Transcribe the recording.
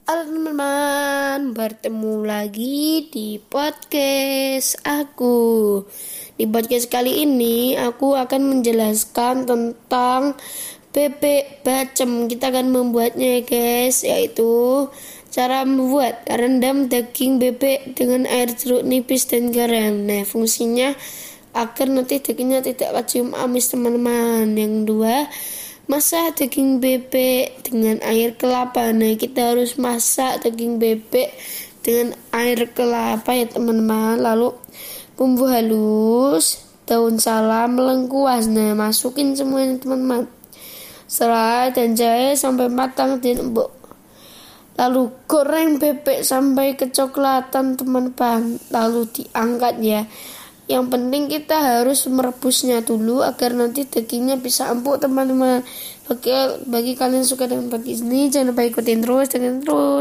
Halo teman-teman, bertemu lagi di podcast aku. Di podcast kali ini aku akan menjelaskan tentang bebek bacem. Kita akan membuatnya guys, yaitu cara membuat rendam daging bebek dengan air jeruk nipis dan garam. Nah, fungsinya agar nanti dagingnya tidak kecium amis teman-teman. Yang kedua, masak daging bebek dengan air kelapa. Nah, kita harus masak daging bebek dengan air kelapa ya teman-teman. Lalu bumbu halus, daun salam, lengkuas. Nah, masukin semuanya teman-teman. Serai dan jahe sampai matang dan empuk. Lalu goreng bebek sampai kecoklatan teman-teman. Lalu diangkat ya. Yang penting kita harus merebusnya dulu agar nanti dagingnya bisa empuk teman-teman. Bagi kalian suka dengan podcast ini, jangan lupa ikutin terus.